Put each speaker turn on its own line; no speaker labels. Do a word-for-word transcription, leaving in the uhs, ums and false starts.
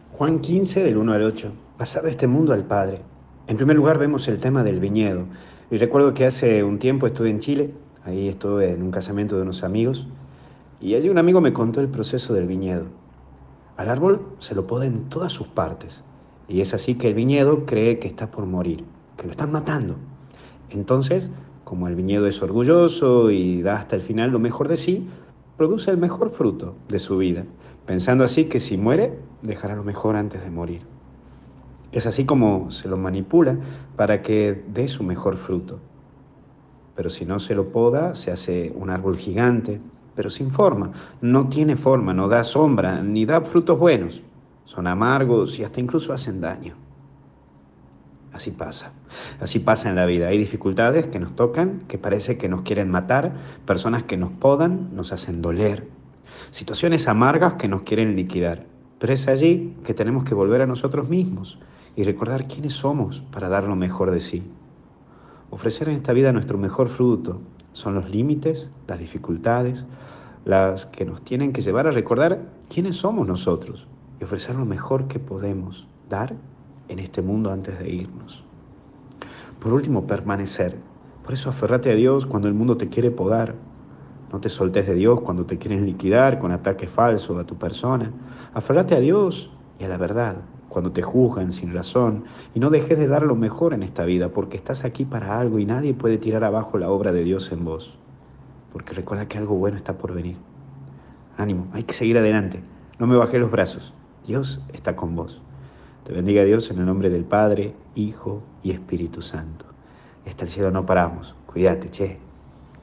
Juan quince, del uno al ocho. Pasar de este mundo al Padre. En primer lugar vemos el tema del viñedo. Y recuerdo que hace un tiempo estuve en Chile, ahí estuve en un casamiento de unos amigos, y allí un amigo me contó el proceso del viñedo. Al árbol se lo poda en todas sus partes, y es así que el viñedo cree que está por morir, que lo están matando. Entonces, como el viñedo es orgulloso y da hasta el final lo mejor de sí, produce el mejor fruto de su vida, pensando así que si muere, dejará lo mejor antes de morir. Es así como se lo manipula para que dé su mejor fruto. Pero si no se lo poda, se hace un árbol gigante, pero sin forma. No tiene forma, no da sombra, ni da frutos buenos. Son amargos y hasta incluso hacen daño. Así pasa, así pasa en la vida. Hay dificultades que nos tocan, que parece que nos quieren matar, personas que nos podan, nos hacen doler, situaciones amargas que nos quieren liquidar. Pero es allí que tenemos que volver a nosotros mismos y recordar quiénes somos para dar lo mejor de sí. Ofrecer en esta vida nuestro mejor fruto son los límites, las dificultades, las que nos tienen que llevar a recordar quiénes somos nosotros y ofrecer lo mejor que podemos dar en este mundo antes de irnos. Por último, permanecer. Por eso aferrate a Dios cuando el mundo te quiere podar. No te soltes de Dios cuando te quieren liquidar con ataque falso a tu persona. Aferrate a Dios y a la verdad cuando te juzgan sin razón. Y no dejes de dar lo mejor en esta vida porque estás aquí para algo y nadie puede tirar abajo la obra de Dios en vos. Porque recuerda que algo bueno está por venir. Ánimo, hay que seguir adelante. No me bajé los brazos. Dios está con vos. Te bendiga Dios en el nombre del Padre, Hijo y Espíritu Santo. Hasta el cielo no paramos. Cuídate, che.